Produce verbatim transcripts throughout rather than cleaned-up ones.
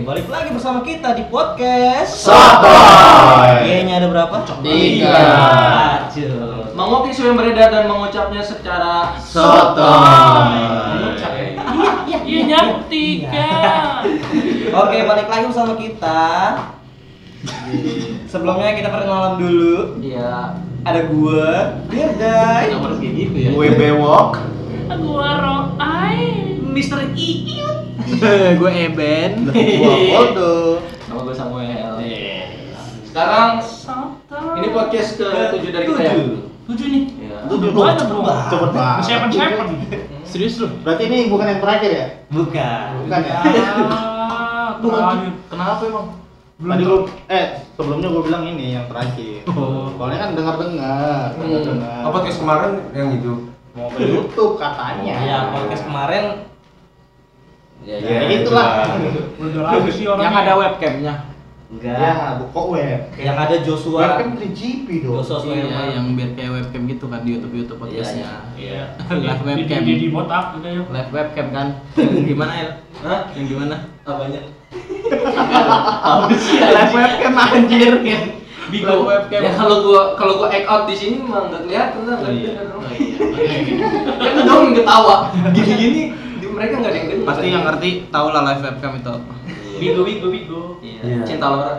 balik lagi bersama kita di podcast Sotoy. G-nya ada berapa? Tiga. Aduh. Mengok isu yang beredar dan mengucapnya secara Sotoy. mengucap ya. Iya nyampe tiga. Oke, balik lagi bersama kita. Sebelumnya kita perkenalan dulu. Iya. Ada gua, Dirdai, Nomor kayak gitu ya. Gue bewok. Gua Roai. Mister Iiut. Gue Eben. Gua Poldo. Nama gue Samuel. Sekarang Soto. ini podcast ke tujuh dari kita ya. Tujuh nih. Iya. Tujuh Banyak dong. dong. Cepet banget. Seven seven. Serius lu? Berarti ini bukan yang terakhir ya? Bukan. Bukan ya? Ah, terakhir. Kenapa emang? Tadi lu eh sebelumnya gue bilang ini yang terakhir. Oh. Soalnya kan dengar-dengar, Hmm. dengar-dengar. Apa podcast kemarin yang itu? Mau ke YouTube katanya. Ya, podcast kemarin. Ya, Ya, itulah. Udah lagi sih orang. Yang ada webcamnya. Enggak. Ya, kok web. Yang ada Joshua. Webcam dari G P dong. Joshua Iya, Suherman. yang biar kayak webcam gitu kan di YouTube YouTube podcastnya. Iya. Live webcam. Di di botak udah yuk. Live webcam kan. Yang gimana ya? Hah? Yang gimana? Apanya? Live webcam anjir. Bigo Live webcam. Ya kalau gua kalau gua act out di sini mah enggak kelihatan lah, enggak Iya. kelihatan. Oh, iya. Kan dong yang ketawa. Gini-gini di mereka enggak ada yang dengar. Pasti yang ngerti tahu lah live webcam itu apa. Bigo bigo bigo. Iya. Cinta Laura.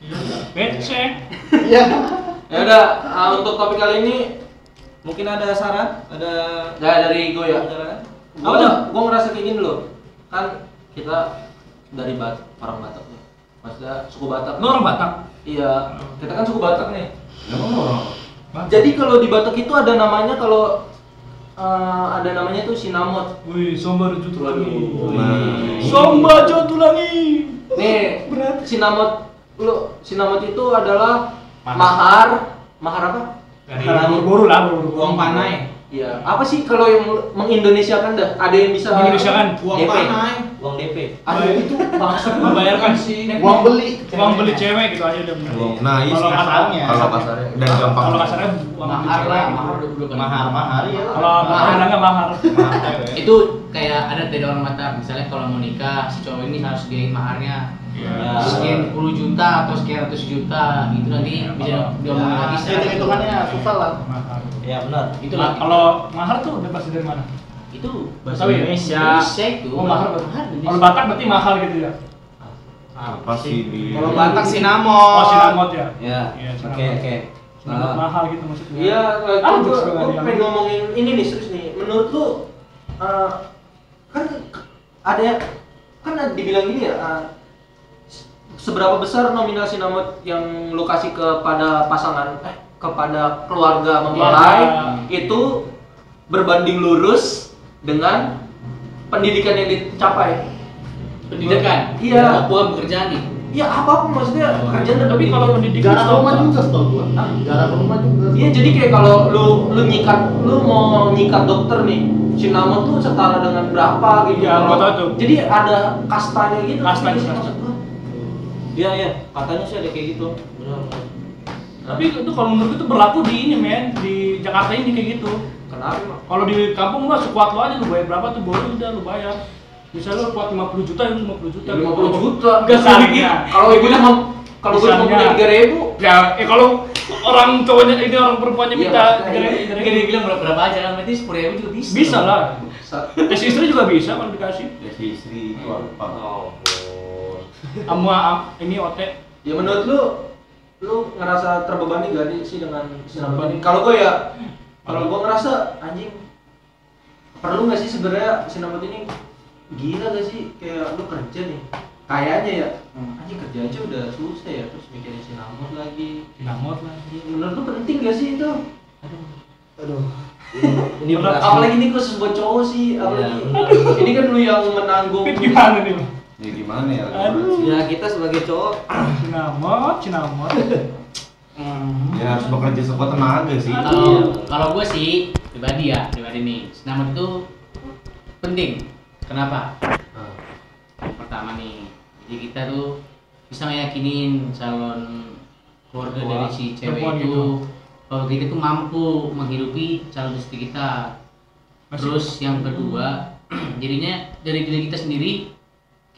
Becek. Iya. Ya udah, uh, untuk topik kali ini Mungkin ada saran, ada ya dari gue ya. pembicaraan? Gue udah, gue ngerasa kayak gini loh. Kan kita dari Bat orang Batak nih. Maksudnya suku Batak. Lu orang Batak. Iya, kita kan suku Batak nih. Emang orang? Jadi kalau di Batak itu ada namanya kalau uh, ada namanya tuh sinamot. Wih, sombar jutulangi. Wih. Sombar jutulangi. Nih, sinamot lu sinamot itu adalah Mahar. mahar, mahar apa? Dari buru-buru lah, buru-buru. Uang panai. Iya. Apa sih kalau yang mengindonesiakan dah? Ada yang bisa Mengindonesiakan? Uang D P. panai. Uang D P. Ada itu bangsa Membayarkan sih. Uang beli. Uang beli cewek gitu aja udah bener. Nah, iya Kalau sih. kasarnya. Kalau kasarnya dan gampang. Kalau kasarnya uang beli Mahar cewek lah, gitu. mahar udah udah Mahar, mahar ya. Kalau mahar enggak mahar. Mahar cewek. Itu kayak ada dari orang Batak, misalnya kalau mau nikah si cowok ini harus sediain maharnya. Iya. Sekian puluh juta atau sekian ratus juta gitu nanti Iya, bisa kalau- diomongin lagi Ya, secara hitung-hitungannya susah lah. Mahar. Ya benar. itu Nah, lah kalau mahar tuh dapat dari mana? itu Bahasa Indonesia. Indonesia itu Oh, mahar. mahar Indonesia. Kalau Batak berarti mahal gitu ya. Apa sih di Kalau Batak sinamot. Oh, sinamot ya. Ya. Iya, Oke, sinamot. oke. Sinamot Nah, mahal gitu maksudnya. Iya, Ah, gue jokes banget gue yang- pengen ngomongin ini nih serius nih. Menurut lu uh, kan ada kan ada dibilang gini ya. Uh, seberapa besar nominasi namot yang lu kasih kepada pasangan eh kepada keluarga mempelai Iya. itu berbanding lurus dengan pendidikan yang dicapai. pendidikan Iya. bukan pekerjaan nih Ya apapun maksudnya Oh, kerjaan dan Tapi pendidikan. kalau pendidikan Jarak setahu rumah gua- juga setahu gua. Hah? Jarak rumah juga. Iya, jadi kayak kalau lu lu nyikat, lu mau nyikat dokter nih, sinamot tuh setara dengan berapa gitu. Iya, gua tahu tuh. Jadi ada kastanya gitu. Kasta, Ini kasta. maksud gua. Iya, iya. Katanya sih ada kayak gitu. Benar. Tapi itu kalau menurut itu berlaku di ini men, di Jakarta ini kayak gitu. Kenapa emang? Kalau di kampung mah sekuat lo aja, lu bayar berapa tuh boleh udah lu bayar. Misalnya lu kuat lima puluh juta, ya lima puluh juta. Ya, lima puluh juta. Enggak Misalnya. Kalau ibunya mem- kalau gue cuma punya tiga ribu, Ya, eh kalau orang cowoknya ini orang perempuannya Iya, minta maksudnya, tiga ribu, iya. tiga Kayak dia ribu. bilang berapa berapa aja kan berarti sepuluh ribu juga bisa Bisa lah. Sa- Tes istri juga bisa kalau dikasih. ya si istri itu apa? Sama am- ini O T. Ya menurut lu, lu ngerasa terbebani gak nih sih dengan sinamot ini? Kalau gue ya, kalau gue ngerasa anjing perlu nggak sih sebenarnya sinamot ini? Gila gak sih kayak lu kerja nih? Kayaknya ya, anjing kerja aja udah susah ya, terus mikirin sinamot lagi. Dinamot lah. Menurut lu penting gak sih itu? Aduh. Ini Berat. berat. Apalagi ini khusus buat cowok sih, apalagi Iya, ini kan lu yang menanggung. Fit gimana nih? Ya gimana ya? Aduh. Ya kita sebagai cowok Cinamot, cinamot. Ya harus bekerja sekuat tenaga sih. kalau kalau gue sih pribadi ya pribadi nih sinamot itu penting kenapa pertama nih jadi kita tuh bisa ngeyakinin calon keluarga dari si cewek Perempuan itu gitu. kalau kita tuh mampu menghidupi calon istri kita. Masih- Terus yang kedua jadinya dari diri kita sendiri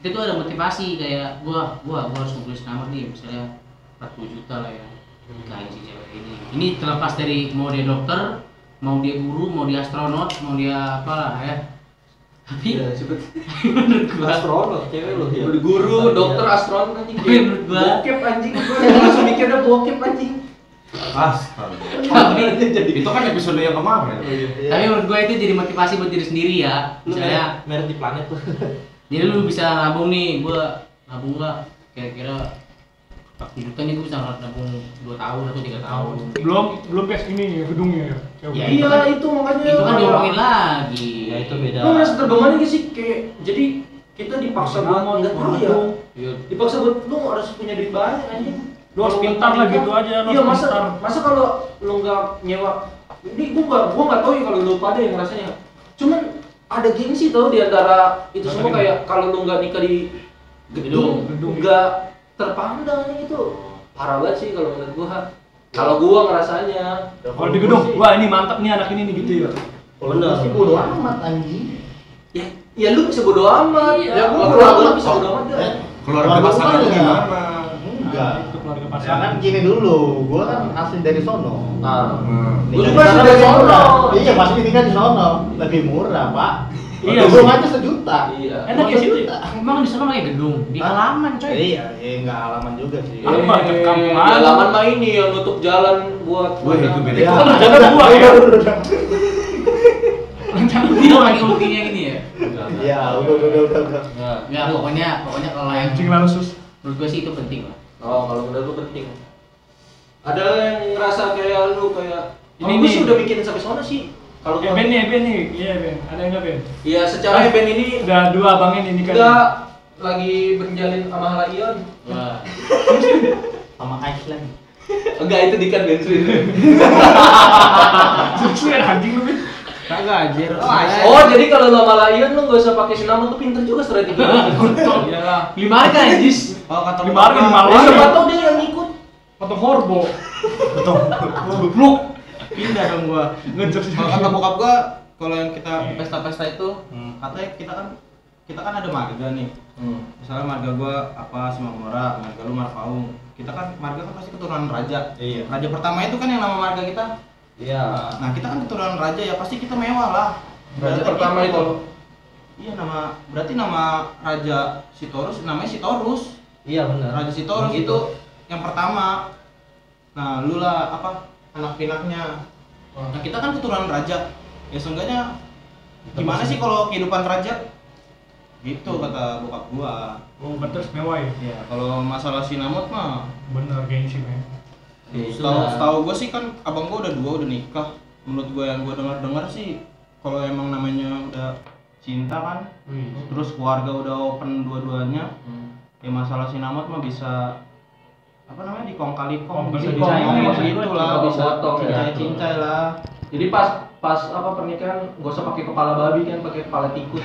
kita tuh ada motivasi kayak gua gua gua harus ngumpulin senamot nih misalnya empat puluh juta lah ya nikahin si cewek ini. Ini terlepas dari mau dia dokter, mau dia guru, mau dia astronot, mau dia apalah ya. Tapi Iya, cepet. menurut gua Astronot, cewek lo ya. Guru, dokter, astronot anjing. Tapi menurut gua- Bokep anjing. Gua langsung mikirnya bokep anjing. Astaga. tapi, Itu kan episode yang kemarin. tapi menurut gua itu jadi motivasi buat diri sendiri ya. Lu Misalnya merek di planet tuh. jadi lu bisa nabung nih, gua nabung gak kira-kira empat puluh juta nih gua bisa nabung dua tahun atau tiga tahun. Belum belum kayak ini ya gedungnya ya. Coba. Ya, Iya, kan- itu makanya. Itu kan kayak- diomongin lagi. Ya itu beda. Lu ngerasa terbebani gak sih kayak jadi kita dipaksa buat Mau enggak tahu ya. Iya. Dipaksa buat lu harus punya duit banyak anjing. Lu harus pintar lah gitu aja, lu Iya, harus masa pintar. masa kalau lu nggak nyewa ini gua nggak gua nggak tahu ya kalau lu pada yang rasanya. Cuman ada gengsi tau di antara itu Apa semua ini? kayak kalau lu nggak nikah di gedung, Gedung. nggak terpandang itu parah banget sih kalau menurut gua. Kalau gua ngerasanya Kalau di gedung, wah ini mantap nih anak ini nih gitu ya. Bener. Sih bodo amat anjing. ya ya lu bisa bodo amat. Iya. Ya gua Bodo bodo amat amat bisa kok. bodo amat ya. Eh, Keluarga Keluarga pasangan gua lu enggak. gimana? Enggak. Itu keluarga Ya pasangan. kan gini dulu, gua kan asli dari sono. Nah, Hmm. Gua Nikah juga di sana asli dari lebih sono. murah. Iya, pasti nikah di sono. Lebih murah, Pak. Iya Gedung sih. aja sejuta. iya. Enak ya situ. Sejuta. Emang di sana pakai gedung di Hah? halaman coy. Iya, ya enggak halaman juga sih. Ah, Apa, ke kampung Eh, aja. halaman mah ini yang nutup jalan buat Wah, itu beda. Ya, Kan rencana udah, gua udah, ya. udah, udah. Rencana dia lagi ultinya gini ya. Iya, udah, udah, udah, udah, udah. Enggak. Ya pokoknya pokoknya kalau yang Anjing lah sus. menurut gue sih itu penting lah. Oh, kalau menurut lu penting. Ada yang ngerasa kayak lu kayak Ini ini gue nih. sih udah mikirin sampai sana sih. Kalau Eh gua- Ben nih, Ben nih. Iya Ben. Ada yang nggak Ben? Iya, secara band ini Udah dua abangnya nih nikah. enggak lagi berjalin sama Halaion. Wah. Sama Iceland. Enggak, itu di kan bensin. Susu ya anjing lu Ben. Kagak anjir. Oh, jadi kalau lu sama Halaion lu enggak usah pakai sinamon tuh pinter juga strateginya. Iyalah. Lima harga anjis. Oh kata Lima harga, lima Oh, harga. siapa tahu dia yang ikut. Foto horbo. Goblok. Pindah dong gua. Ngejok sih. Kalau kata bokap gua, kalau yang kita pesta-pesta itu, katanya kita kan kita kan ada marga nih. Misalnya marga gua apa Simamora, marga lu Marfaung. Kita kan marga kan pasti keturunan raja. Iya. Raja pertama itu kan yang nama marga kita. Iya. Nah, kita kan keturunan raja ya pasti kita mewah lah. Raja Berarti pertama gitu. itu. Iya, nama berarti nama Raja Sitorus namanya Sitorus. Iya benar. Raja Sitorus Gitu. itu yang pertama. Nah, lu lah apa anak pinaknya. Nah, kita kan keturunan raja. Ya seenggaknya gimana sih kalau kehidupan raja? Gitu kata bokap gua. Oh, betul mewah ya. Ya, kalau masalah sinamot mah Bener gengsi men. ya, setahu setahu gua sih kan abang gua udah dua udah nikah. Menurut gua yang gua dengar-dengar sih kalau emang namanya udah cinta kan, Wih. terus keluarga udah open dua-duanya, ya masalah sinamot mah bisa apa namanya dikong kali kong Kong bisa kali kong, dicengong maksud gitu gua lah, juga bisa potong ya. cincai-cincai lah. Jadi pas pas apa pernikahan gak usah pakai kepala babi kan, pakai kepala tikus.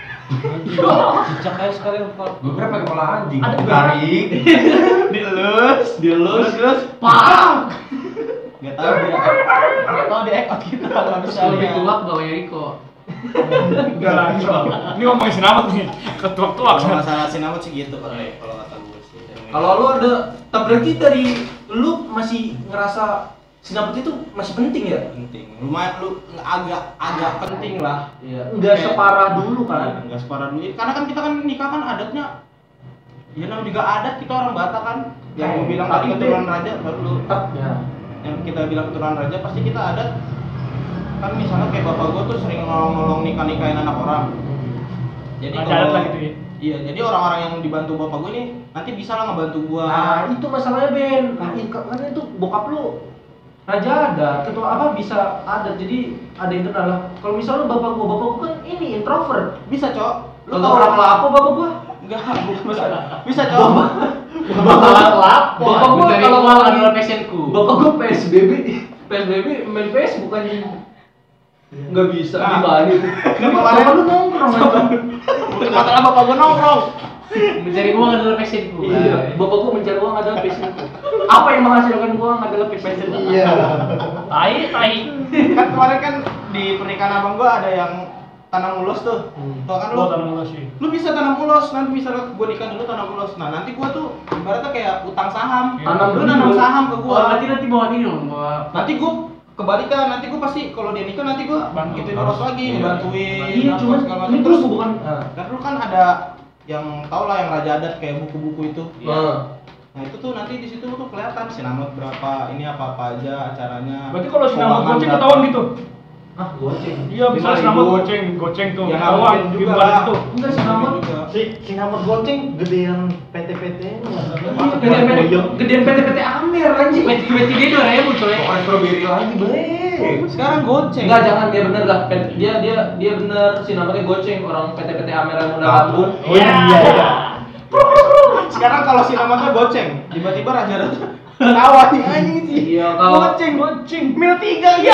Cicak aja sekalian kepala. Gue kira pakai kepala anjing. Ada tarik. Dielus, Dielus. terus pak. Gak tau dia, gak tau dia ekot kita nggak bisa Lebih lihat. tua bawahnya Riko. Enggak lah. Ini ngomongin sinamot nih. Ketua-tua. Kalau masalah sinamot sih gitu kalau kalau kata gue sih. Kalau lu ada, tapi berarti dari lu masih ngerasa sinabut itu masih penting ya? penting, lumayan lu agak agak penting lah. Iya. Enggak Kayak- separah dulu kan? Iya, nggak separah dulu. Karena kan kita kan nikah kan adatnya, ya namanya juga adat kita orang Batak kan. Yang Eh, mau bilang tapi tadi itu- keturunan raja baru lu. Ya. Yang kita bilang keturunan raja pasti kita adat. Kan misalnya kayak bapak gua tuh sering ngolong-ngolong nikah-nikahin anak orang. Jadi Ada kalau adat lah gitu ya. iya, jadi orang-orang yang dibantu bapak gua ini nanti bisa lah ngebantu gua. Nah, itu masalahnya Ben. Nah, ini karena itu bokap lu raja adat, ketua apa bisa adat. Jadi ada yang kenal lah. Kalau misalnya bapak gua, bapak gua kan ini introvert. Bisa, Cok. Lu Kalau tau orang lapo bapak gua. Enggak, bukan masalah. Bisa, Cok. Bapak lapo. Bapak gua Dari kalau gua mau adalah passionku. bapak gua P S B B, P S B B main P S bukannya nggak bisa Nah. gimana itu. Kenapa Bapak kemarin- lu nongkrong aja. Bukan masalah bapak gua nongkrong. Mencari uang adalah passionku. Iya, bapak gua mencari uang adalah passion. Apa yang menghasilkan uang adalah passion. Iya. Tai, tai. Kan kemarin kan di pernikahan abang gua ada yang tanam ulos tuh. Hmm. Tau kan lu? Lo tanam ulos sih. Lu bisa tanam ulos, nanti bisa gua nikah dulu tanam ulos. Nah, nanti gua tuh ibaratnya kayak utang saham. Iya. Tanam Lu dulu. nanam saham ke Wah, gua. nanti nanti bawa ini dong, bawa Nanti gua kebalikan, nanti gua pasti kalau dia nikah nanti gua Bantu. gituin ulos lagi, Iya. ngebantuin. Iya, apa, cuman segala macam. ini Terus tuh bukan ah. kan lu kan ada yang tau lah yang raja adat kayak buku-buku itu. Ah. Nah, itu tuh nanti di situ tuh kelihatan sinamot berapa, ini apa-apa aja acaranya. Berarti kalau sinamot Keuangan goceng berapa. ketahuan gitu. Ah, goceng. Iya, bisa lima sinamot ribu. goceng, goceng tuh. Ya, nggak Ketahuan mungkin juga gimana lah. itu. Enggak sinamot. juga. Si sinamot goceng gedean P T P T nya. Iya, gedean P T gedean P T P T Amer anjing. Wait, wait, dia dua ribu coy. Orang strawberry lagi, bre. Sekarang goceng. Enggak, jangan dia bener lah. P- Dia dia dia bener sinamotnya goceng orang P T P T Amer yang udah kabur. Oh iya iya. Sekarang kalau sinamotnya goceng, tiba-tiba raja adat ketawa nih anjing sih. Iya, kalau Goceng, goceng. Mil tiga ya.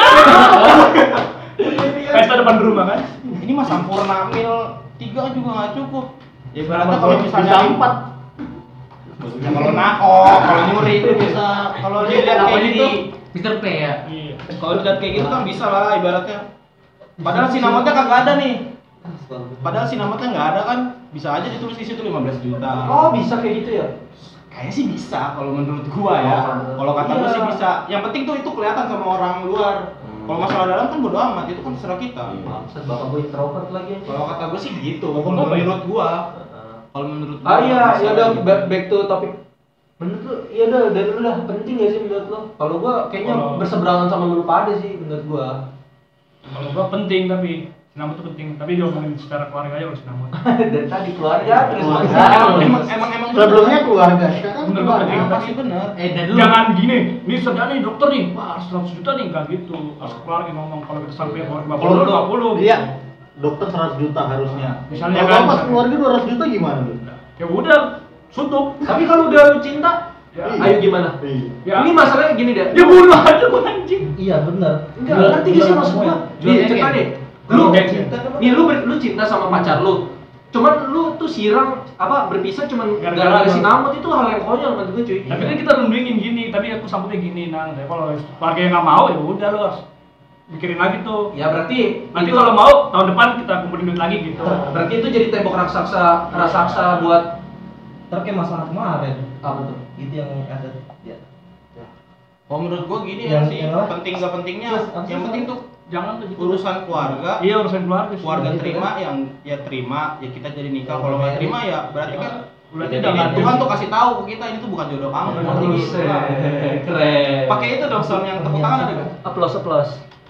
Pesta depan rumah kan. Ini mah sampurna mil tiga juga nggak cukup. Ya ibaratnya Sinamot kalau goceng misalnya bisa empat. Ya kalau nakok, kalau nyuri itu bisa. Kalau dilihat kayak Namanya gitu, di mister P ya. Iya. kalau dilihat kayak gitu kan bisa lah ibaratnya. Padahal sinamotnya kagak ada nih. Padahal sinamotnya nggak ada kan, bisa aja ditulis di situ lima belas juta. Oh, bisa kayak gitu ya? Kayaknya sih bisa kalau menurut gua ya. Oh. Kalau kata gua Iya. sih bisa. Yang penting tuh itu kelihatan sama orang luar. Kalau masalah dalam kan bodo amat, itu kan terserah kita. Bangsat, bapak gue introvert lagi anjing. Kalau kata gua sih gitu. Bapak Kalau apa ya? menurut gua, kalau menurut gua. Ah iya, bisa ya udah gitu. back, back to topik. Menurut lu, iya udah dari lu dah penting gak sih menurut lu? Kalau gua kayaknya Kalau- berseberangan sama lu pada sih menurut gua. Kalau gua penting tapi sinamot itu penting, tapi diomongin secara keluarga aja kalau sinamot. Dari tadi keluarga terus Keluarga. sekarang. Emang emang emang Sebelumnya keluarga, sekarang Bener, keluarga. bener. pasti benar. Eh, dan dulu. Jangan gini, nih sedang nih dokter nih, wah harus seratus juta nih, enggak gitu. Harus keluarga ngomong kalau kita sampai lima Kalau puluh, lu- lima puluh. Iya. Dokter seratus juta harusnya. Misalnya Kalau kan, pas misalnya. keluarga dua ratus juta gimana lu? Ya udah, suntuk. Tapi kalau udah lu cinta, Ya. ayo gimana? Iya. Ya. Ini masalahnya gini deh. Ya bunuh aja gua anjing. Iya benar. Enggak, ngerti gak sih maksud gua? Jual Nih, cerita geng. deh. Lu, Geng. nih lu ber- lu cinta sama pacar lu. Cuman lu tuh sirang apa berpisah cuman Gara-gara gara-gara apa? sinamot itu hal yang konyol menurut gue cuy. Tapi kan kita rundingin gini, tapi aku sambutnya gini, nang. Tapi kalau keluarga yang nggak mau, ya udah lu harus mikirin lagi tuh. Ya berarti Nanti itu- kalau mau tahun depan kita kumpulin duit lagi gitu. berarti itu jadi tembok raksasa raksasa buat Terus kayak masalah kemarin apa tuh? itu yang ada ya. Oh menurut gua gini Yang- ya sih, yang apa? penting gak pentingnya, Terus, apa yang sih? penting tuh Jangan tuh gitu. urusan keluarga. Iya urusan keluarga. sih. Keluarga Gitu terima kan? yang ya terima, ya kita jadi nikah. Kalau nggak terima ya berarti kan Berarti jadi udah nggak Tuhan ada. tuh kasih tahu ke kita ini tuh bukan jodoh kamu. Nanti gitu lah. Keren. Pakai itu dong sound yang tepuk tangan ada gak? Aplos aplos.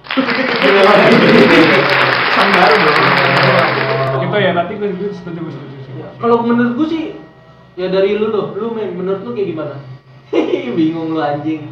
Sang baru dong. Gitu ya, berarti gue gue setuju gue setuju. sih. Kalau menurut gue sih ya dari lu loh, lu men, menurut lu kayak gimana? Bingung lu anjing.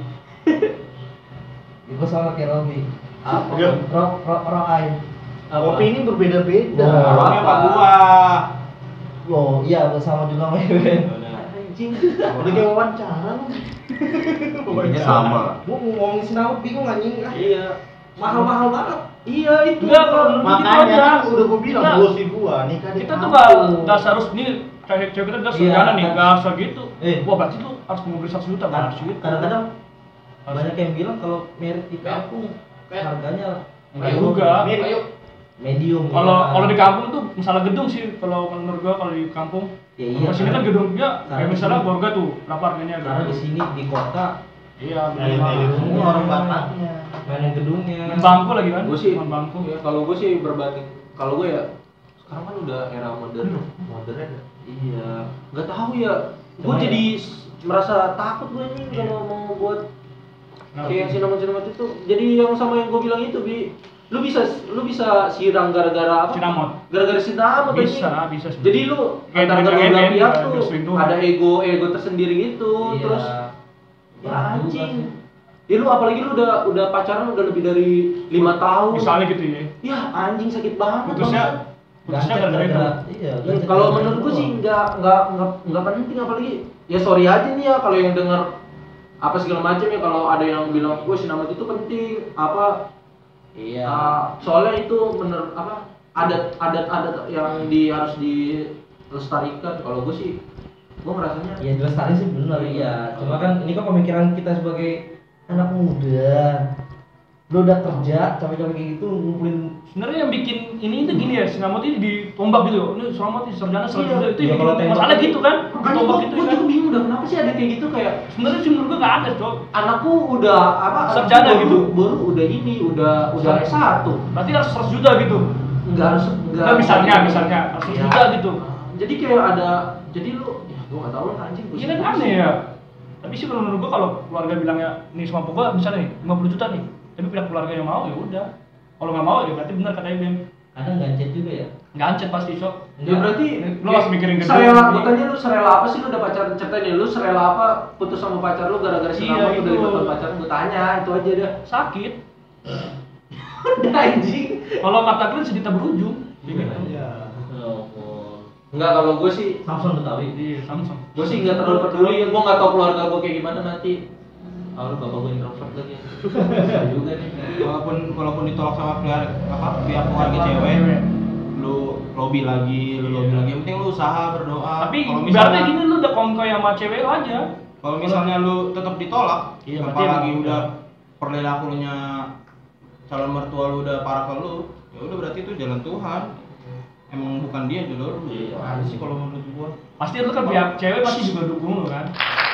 Gue sama kayak Robi. Apa? Iya. Rock rock rock ain. Apa? Opini berbeda-beda. Oh. Orangnya apa? apa gua? Oh iya bersama juga sama Ewen. Anjing. Udah kayak wawancara lu. Intinya sama. Gue mau ngomongin sinamot bingung anjing. Ah. Iya. Mahal-mahal banget. Iya itu. Enggak, kalau gitu Makanya aja. kan udah gua bilang Enggak. bos gua nikah di Kita tuh kampung. nggak nggak seharus ini cewek cewek kita udah Iya, sejalan nih, kan. nggak harus gitu. Eh. Wah berarti tuh harus ngumpulin seratus juta, nggak harus gitu. Kadang-kadang Harus. banyak yang bilang kalau merit di kampung harganya Nggak juga. Ayo. Medium. Kalau ya. kalau di kampung tuh masalah gedung sih, kalau menurut gua kalau di kampung. Ya iya, Kalau sini kan karena- gedungnya karena kayak misalnya di- borga tuh, berapa harganya? karena di sini di kota Iya, Elit-elit benar. semua orang Bataknya. mainin gedungnya. Main bangku lagi kan? Gue sih Main bangku. ya, kalau gue sih berbanding kalau gue ya sekarang kan udah era modern modern ya. Iya nggak tahu ya gue Cuma jadi s- merasa takut gue nih kalau mau buat Nah, kayak sinamot sinamot itu jadi yang sama yang gue bilang itu bi lu bisa lu bisa sirang gara-gara apa Sinamot. gara-gara sinamot Bisa, anjing. bisa sebenarnya. jadi lu Kayak antara dengan kedua belah M M, pihak ada tuh selingkuhan. ada ego ego tersendiri gitu Iya. terus ya Berat juga anjing sih. ya lu apalagi lu udah udah pacaran udah lebih dari lima tahun Misalnya gitu ya. ya anjing sakit banget Putusnya bangsat. putusnya gara-gara itu. Iya. Ya, gacet kalau gara-gara menurut gue doang. sih nggak nggak nggak nggak penting apalagi ya sorry aja nih ya kalau yang dengar apa segala macam ya kalau ada yang bilang gue sinamot itu penting apa Iya. uh, soalnya itu bener apa adat adat adat yang di harus dilestarikan kalau gue sih gue ngerasanya Ya dilestariin sih bener iya. Cuma kan ini kan pemikiran kita sebagai anak muda. lu udah kerja capek-capek kayak gitu ngumpulin. Sebenarnya yang bikin ini itu gini ya, Sinamot ini ditombak gitu. Ini Sinamot ini sarjana seratus juta itu Iya, yang kalau bikin tembak masalah itu- gitu kan. Makanya Ditombak gue gitu gue kan. juga bingung dah kenapa sih ada kayak gitu kayak Sebenarnya sih menurut gua enggak ada, Cok. anakku udah apa Sarjana baru- gitu. baru udah ini udah udah S satu Berarti harus seratus juta gitu. nggak harus nggak Enggak misalnya, misalnya harus seratus Ya. juta gitu. Jadi kayak ada jadi lu ya gua nggak tahu lah anjing gua Iya kan sih. aneh ya. Tapi sih kalau menurut gua kalau keluarga bilangnya nih semampu gua misalnya nih lima puluh juta nih, tapi pihak keluarga yang mau ya udah. Kalau nggak mau ya berarti benar kata Bem. Kadang gancet juga ya. Nggak ancet pasti, Cok. Ya berarti Lu harus mikirin gedung. serela makanya lu serela apa sih lu udah pacaran ceritain ya lu serela apa putus sama pacar lu gara-gara si Iya, Nama udah itu. lima tahun pacaran gua tanya itu aja dah. Sakit. Udah anjing. Kalau kata Glenn sejuta berujung. Gitu. Enggak kalau gue sih Samsung Betawi. Iya, Samsung. gue sih nggak terlalu peduli gue nggak tahu keluarga gue kayak gimana nanti. Ah lu bapak gue introvert lagi. Susah juga nih. Walaupun walaupun ditolak sama pihak apa pihak keluarga cewek, lu lobby lagi, lu lobby lagi. Yang penting lu usaha berdoa. Tapi kalau berarti misalnya gini lu udah kongkoy sama cewek lu aja. kalau misalnya lu tetap ditolak, Iya, berarti apalagi emang udah perilakunya calon mertua lu udah parah ke lu, ya udah berarti itu jalan Tuhan. Emang bukan dia jodoh lu. Iya. Ada sih kalau menurut gua. Pasti lu kan pihak cewek pasti juga dukung lu kan.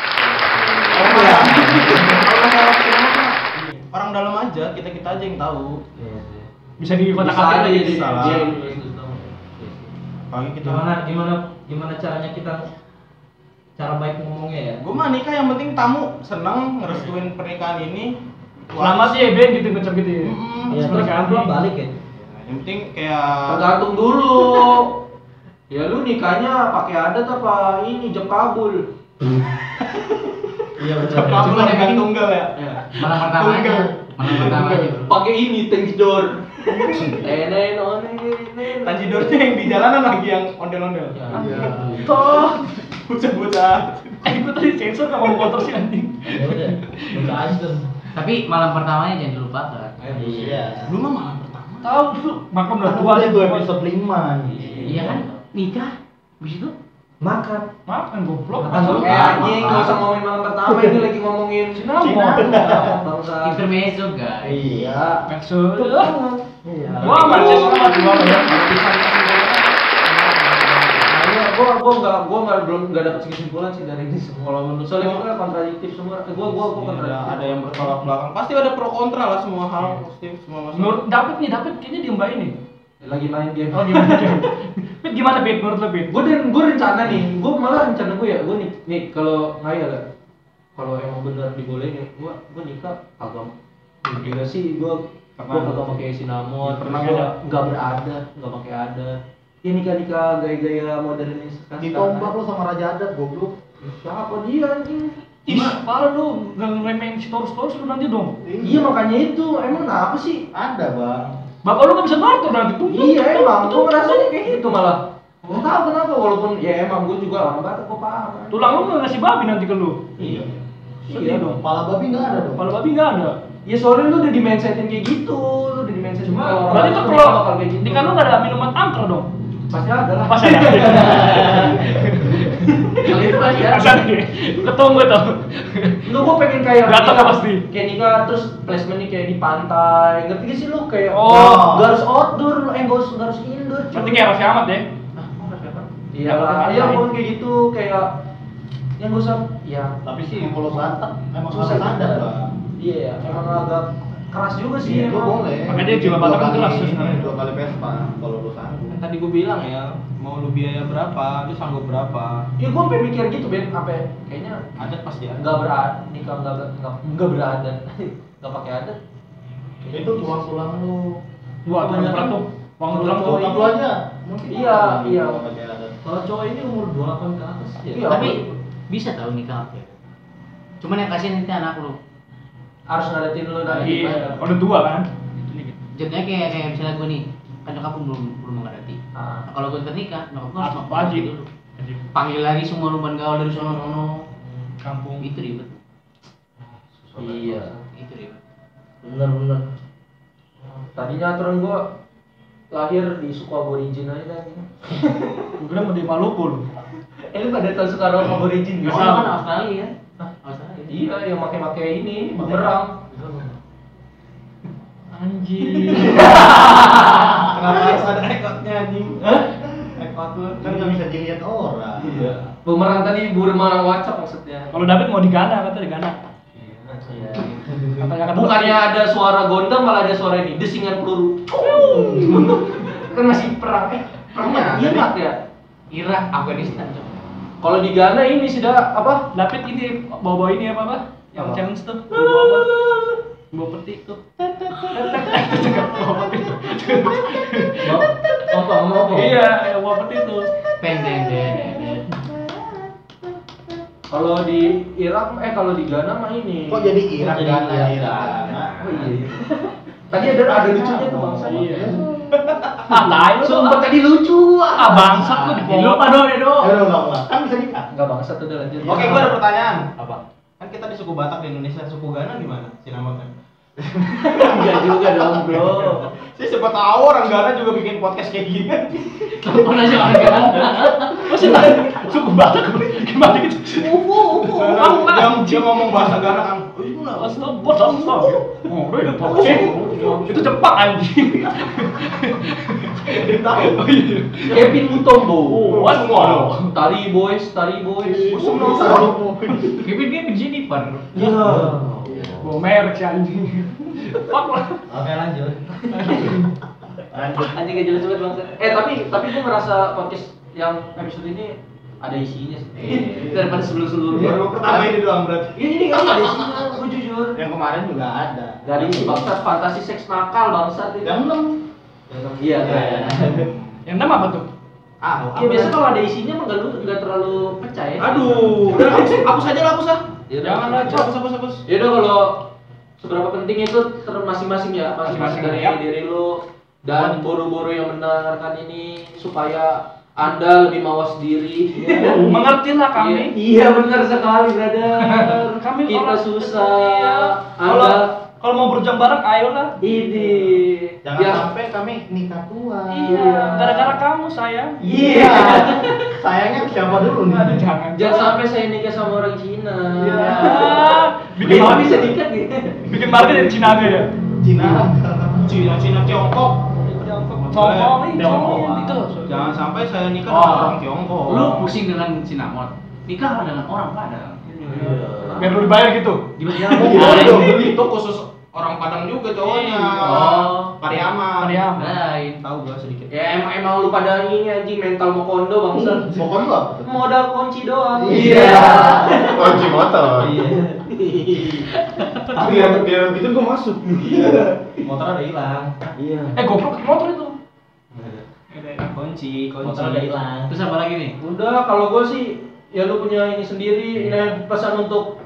Oh iya. Kalau masalah cinta mah, orang dalam aja, kita kita aja yang tahu. Bisa di Bisa kotak-katik aja aja jadi bisa lah. dia. Pagi kita Gimana gimana gimana caranya kita cara baik ngomongnya ya? Gua mah nikah yang penting tamu senang ngerestuin pernikahan ini. Selamat ya Ben gitu ngecap gitu ya. Mm-mm. Ya terus Pernikahan pulang nih. balik ya. Yang penting kayak Tergantung dulu. Ya lu nikahnya pakai adat apa ini jam kabul? Iya benar. Kamu Cuma lagi yang tunggal ya. Malam pertamanya. Malam pertamanya. Pakai ini tanjidor. Nenen nenen. Tanjidornya yang di jalanan lagi yang ondel-ondel. Iya. Toh. Bocah-bocah. Eh gua tadi sensor enggak mau motor sih anjing. Ya udah. Buka aja tuh. Tapi malam pertamanya jangan dilupakan. Iya. Lu mah malam pertama. Tahu tuh, makan udah Kan tua udah aja itu episode lima nih. Iya kan? Nikah. Habis itu Makan. makan goblok. Makan dulu. Eh anjing enggak usah ngomongin malam pertama ini lagi ngomongin Sinamot. bangsa. intermezzo guys. Iya. Maksud. Iya. Gua masih sama dua ya. Nah, gua gua enggak gua enggak belum enggak dapat kesimpulan sih dari ini semua. Kalau menurut soalnya gua kontradiktif semua. Eh, Gua gua gua Ada, kontradiktif. ada yang bertolak belakang. Pasti ada pro kontra lah semua hal, pasti semua masalah. Menurut David nih, David kayaknya diem baik nih. Lagi main game. Oh gimana? Fit gimana Fit menurut lo Fit? Gue dan gue rencana nih, gue malah rencana gue ya, gue nih, nih kalau ngayal ya, kalau emang bener dibolehin ya, gue gue nikah agak juga sih, gue gue kagak pakai sinamon, Ya, pernah gue gua- nggak beradat, nggak pakai adat, ya nikah nikah gaya-gaya modernis sekarang. Ditombak lo sama raja adat goblok. Siapa dia anjing? Ih, parah lu, nggak ngeremehin si Torus-Torus lu nanti dong. Iya makanya itu, emang kenapa sih? Ada bang. Bapak lu nggak bisa nortor nanti tuh. Iya emang, gue ngerasanya kayak gitu malah. Gak tau kenapa, walaupun ya emang gue juga orang Batak, gue paham. Tulang lu nggak ngasih babi nanti ke lu. Iya. Sedih dong. Kepala babi nggak ada dong. Kalau babi nggak ada. Ya soalnya lu udah di mindsetin kayak gitu, lu udah di mindsetin Cuma kalau berarti orang tuh Batak kalau bakal kayak gitu. di kan lu nggak ada minuman angker dong. Pasti ada lah. Pasti ada. Kalau itu pasti ada. Pasti ada. Ketemu tuh. Enggak, gue pengen kayak Gatal nikah- pasti. Kayak nikah terus placementnya kayak di pantai. Ngerti gak sih lu kayak Oh. nggak harus outdoor, lu eh nggak harus nggak harus indoor. cuy. Berarti kayak Raffi Ahmad ya. Iya lah, Dapat ya pantai. pun kayak gitu kayak yang gak usah ya Tapi sih kalau Batak emang susah harus ada juga. bang. Iya ya, emang agak keras juga sih Iya, gua emang. boleh. Makanya dia jiwa Batak kan Dua keras kali- tuh sebenarnya. Dua kali Vespa kalau lu sanggup. Tadi gue bilang ya, mau lu biaya berapa, lu sanggup berapa. Ya gue sampai mikir gitu Ben, apa ya? Kayaknya Adat pasti ada. nggak berat, nikah nggak nggak nggak beradat, nggak pakai adat. Itu tulang-tulang lu. Wah, tulang Kebanyakan- berat tuh. Uang Kalau tulang tuh. cowok Tulang lu aja. Mungkin Iya, ada iya. yang pakai adat. Kalau cowok ini umur dua puluh delapan ke atas ya. Iya. Tapi bisa tahu nikah apa ya? Cuman yang kasihan nanti anak lu. Harus ngadatin lu nanti. Iya, udah tua kan. Jadinya kayak kayak misalnya gue nih, kan nyokap gue belum belum mengerti. Ah. Nah, kalau gue nikah, nyokap gue harus Apa mengerti wajib. dulu. Panggil lagi semua ruban gaul dari sono sono. Kampung. Itu ribet. Iya. Itu ribet. Bener-bener. Tadinya aturan gua lahir di suku aborigin aja kan. Gue kira mau di Maluku lu. Eh lu pada tahu suka orang aborigin Oh, gak? kan Australia ya? Australia. Iya, yang pakai-pakai ini bumerang. Anjing. Kenapa harus ada ekotnya anjing? Ekot lu Kan nggak bisa dilihat orang. Iya. Bumerang tadi bumerang wacap maksudnya. Kalau David mau digana, kata digana. Iya. Katanya kan Bukannya ada suara gondang malah ada suara ini desingan peluru. Kan masih perang eh perangnya Irak ya. Irak, Afghanistan. Kalau di Ghana ini sudah apa? David ini bawa-bawa ini apa apa? Yang Apa? challenge tuh. Bawa apa? Bawa petik tuh. Bawa petik. Apa mau apa? Iya, yang bawa petik tuh. Pendek deh. Kalau di Irak eh kalau di Ghana mah ini. Kok jadi Irak Kok jadi Ghana Irak? Irak? Oh, iya. Tadi ada ada lucunya tuh bangsa. Iya. Ah, tai lu. Sumpah tadi lucu. Ah, bangsat lu dipotong. Lupa dong, Edo. Ya udah ulang ulang. Kan bisa dikat. Enggak bangsa tuh udah lanjut. Oke, gua ada pertanyaan. Apa? Kan kita di suku Batak di Indonesia, suku Ghana gimana? Sinamotnya. Enggak juga dong, Bro. Sih siapa tahu orang Ghana juga bikin podcast kayak gini. Telepon aja orang Ghana. Masih tahu suku Batak gimana gitu. Ufu, ufu. Dia, dia ngomong bahasa Ghana kan. Astaga, oh, udah pakai. Itu Jepang anjing. Tahu. Kevin Mutombo. Oh, waduh. Tari boys, tari boys. Kevin Kevin Jennifer. Iya. Bawa merek si anjing. Fuck lah. Oke lanjut. Lanjut. Anjing gak jelas banget bangsa. Eh tapi tapi gue ngerasa podcast yang episode ini ada isinya sih. Eh. Daripada sebelum-sebelumnya. Baru pertama ini doang berarti. Ini ini kan ada isinya, gue jujur. Yang kemarin juga ada. Gak ada isi bangsat, fantasi seks nakal bangsat itu. Yang enam. Iya, Iya. Yang enam apa tuh? Ah, Ya biasa kalau ada isinya mah nggak lu- nggak terlalu percaya. Aduh, udah hapus, hapus aja lah, hapus ah. Ya udah. Jangan lah, Hapus, hapus, hapus. Ya udah kalau seberapa penting itu ter masing-masing ya, masing-masing dari Masing-masing, ya. diri lu dan boro-boro yang mendengarkan ini supaya Anda lebih mawas diri. Mengertilah kami. Iya benar sekali, brother. Kami Kita orang- susah. Iya. Kalau Anda kalau mau berjuang bareng, ayolah. ini. Jangan Ya. sampai kami nikah tua. Iya, gara-gara kamu sayang. Iya. Sayangnya ke siapa dulu nih? Aduh, jangan. Jangan sampai saya nikah sama orang Cina. Iya. Bikin Bikin bisa dikat nih. bikin market dari Cina aja ya. Cina. Cina, Cina, Tiongkok. Tiongkok nih, Tiongkok. itu. Jangan sampai saya nikah Oh. sama orang Tiongkok. Lu pusing dengan sinamon. Nikah dengan orang Padang. Biar lu dibayar gitu. Gimana? Oh, itu khusus orang Padang juga cowoknya. Oh. Pariaman. Pariaman. Lain. Tahu gua sedikit. Ya emang emang lu pada ini anjing mental mau kondo bangsa. Pokoknya lu apa? tuh? Modal kunci doang. Iya. Kunci motor. Iya. Biar biar gitu gua masuk. Motor ada hilang. Iya. Eh, goblok motor itu. Ada kunci, kunci. Motor ada hilang. Terus apa lagi nih? Udah kalau gue sih ya lu punya ini sendiri. Ini pesan untuk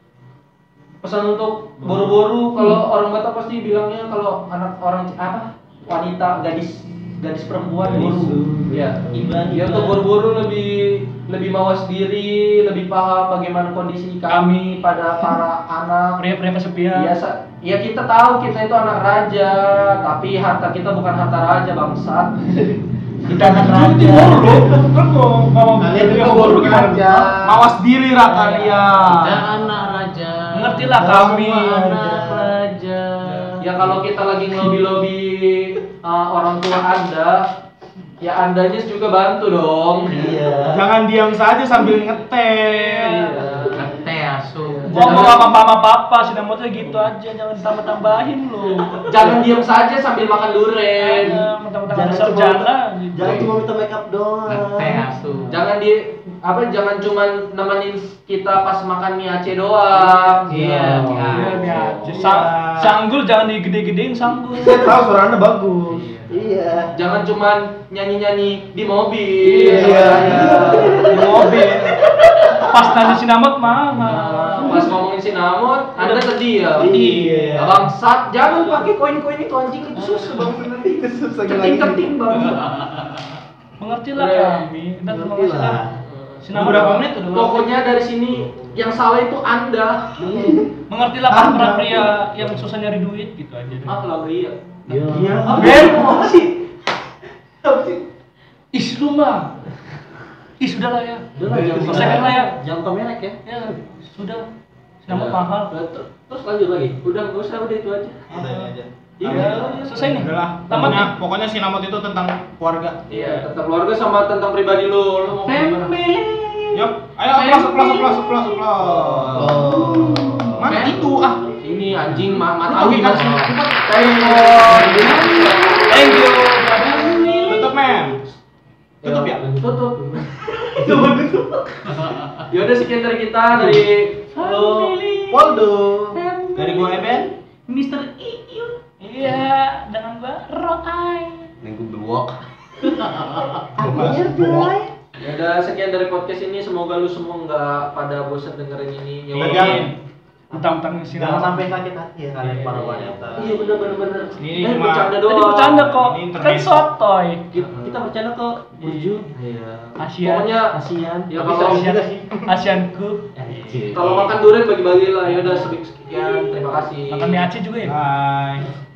pesan untuk boru-boru. Kalau orang Batak pasti bilangnya kalau anak orang apa wanita gadis gadis perempuan boru. Ya. Iban. Ya untuk boru-boru lebih lebih mawas diri, lebih paham bagaimana kondisi kami pada para anak. Pria-pria kesepian. Biasa, ya kita tahu kita itu anak raja, tapi harta kita bukan harta raja bangsat. Kita anak raja. Kan mau ngomong Kalian pria juga boru boru gimana? aja. Mawas diri ra kalian. Kita anak raja. Mengertilah kami. Semua anak raja. Ya kalau kita lagi ngelobi-lobi uh, orang tua Anda, ya Andanya juga bantu dong. Iya. Jangan diam saja sambil ngetel. Ngeteh asu. Ngomong sama mama papa, si namanya gitu aja, jangan tambah-tambahin lu. Jangan diam saja sambil makan duren. Mentang-mentang ada Jangan sarjana gitu. Jangan cuma minta make up doang. Ngeteh asu. Jangan di apa jangan cuman nemenin kita pas makan mie Aceh doang. Iya, Iya, iya. nih aja. Sang- Sanggul jangan digede-gedein sanggul. Saya tahu suara Anda bagus. Iya. Jangan cuman nyanyi-nyanyi di mobil. Iya. Di mobil. Pas nanya sinamot mama. Pas ngomongin sinamot, Anda sedih ya? Iya. Bangsat, jangan pakai koin-koin itu anjing itu susah bang. Itu susah Keting-keting bang. Mengertilah Iya. kami. Kita terima kasih Mengertilah. lah. Sinamot Berapa menit udah? Pokoknya dari sini yang salah itu Anda. mengertilah para pria yang susah nyari duit gitu aja. deh. Ah lah iya. Iya. Ben, apa sih? Apa sih? Ih, lu mah. Ih, sudah lah ya. Udah lah, jangan Selesaikan lah ya. Jangan pemerek ya. Ya, sudah. Sinamot mahal. Terus lanjut lagi. Udah nggak usah udah itu aja. Udah ini aja. Iya, selesai nih. Udahlah. Tamat Pokoknya, nih. pokoknya sinamot itu tentang keluarga. Iya, tentang keluarga sama tentang pribadi lu. Lu mau gimana? Yuk, ayo aplaus, aplaus, aplaus, aplaus, aplaus. Mana itu ah? Ini anjing mah Lu mata pakai gimana? kan? Thank you. Tutup men. Tutup ya? Tutup. Ya udah sekian dari kita dari Halo Waldo. Dari gua Eben. Mister Iu. Iya, dengan gua Roai. Minggu blok. Ya udah sekian dari podcast ini, semoga lu semua nggak pada bosan dengerin ini. Ya Iya. udah. Tentang-tentang Jangan sinamot. sampai sakit hati ya kalian para wanita. Iya bener bener bener. Ini Eh, cuma- bercanda Tadi doang. bercanda kok. Ini internet. Kan sotoy. Kita, kita bercanda kok. Burju. Iya. Asian. Pokoknya Kasihan. ya Tapi kalau Asian, Asian Cup. kalau makan durian bagi-bagi lah. Ya udah sekian. Terima kasih. Makan mie Aceh juga ya? Bye.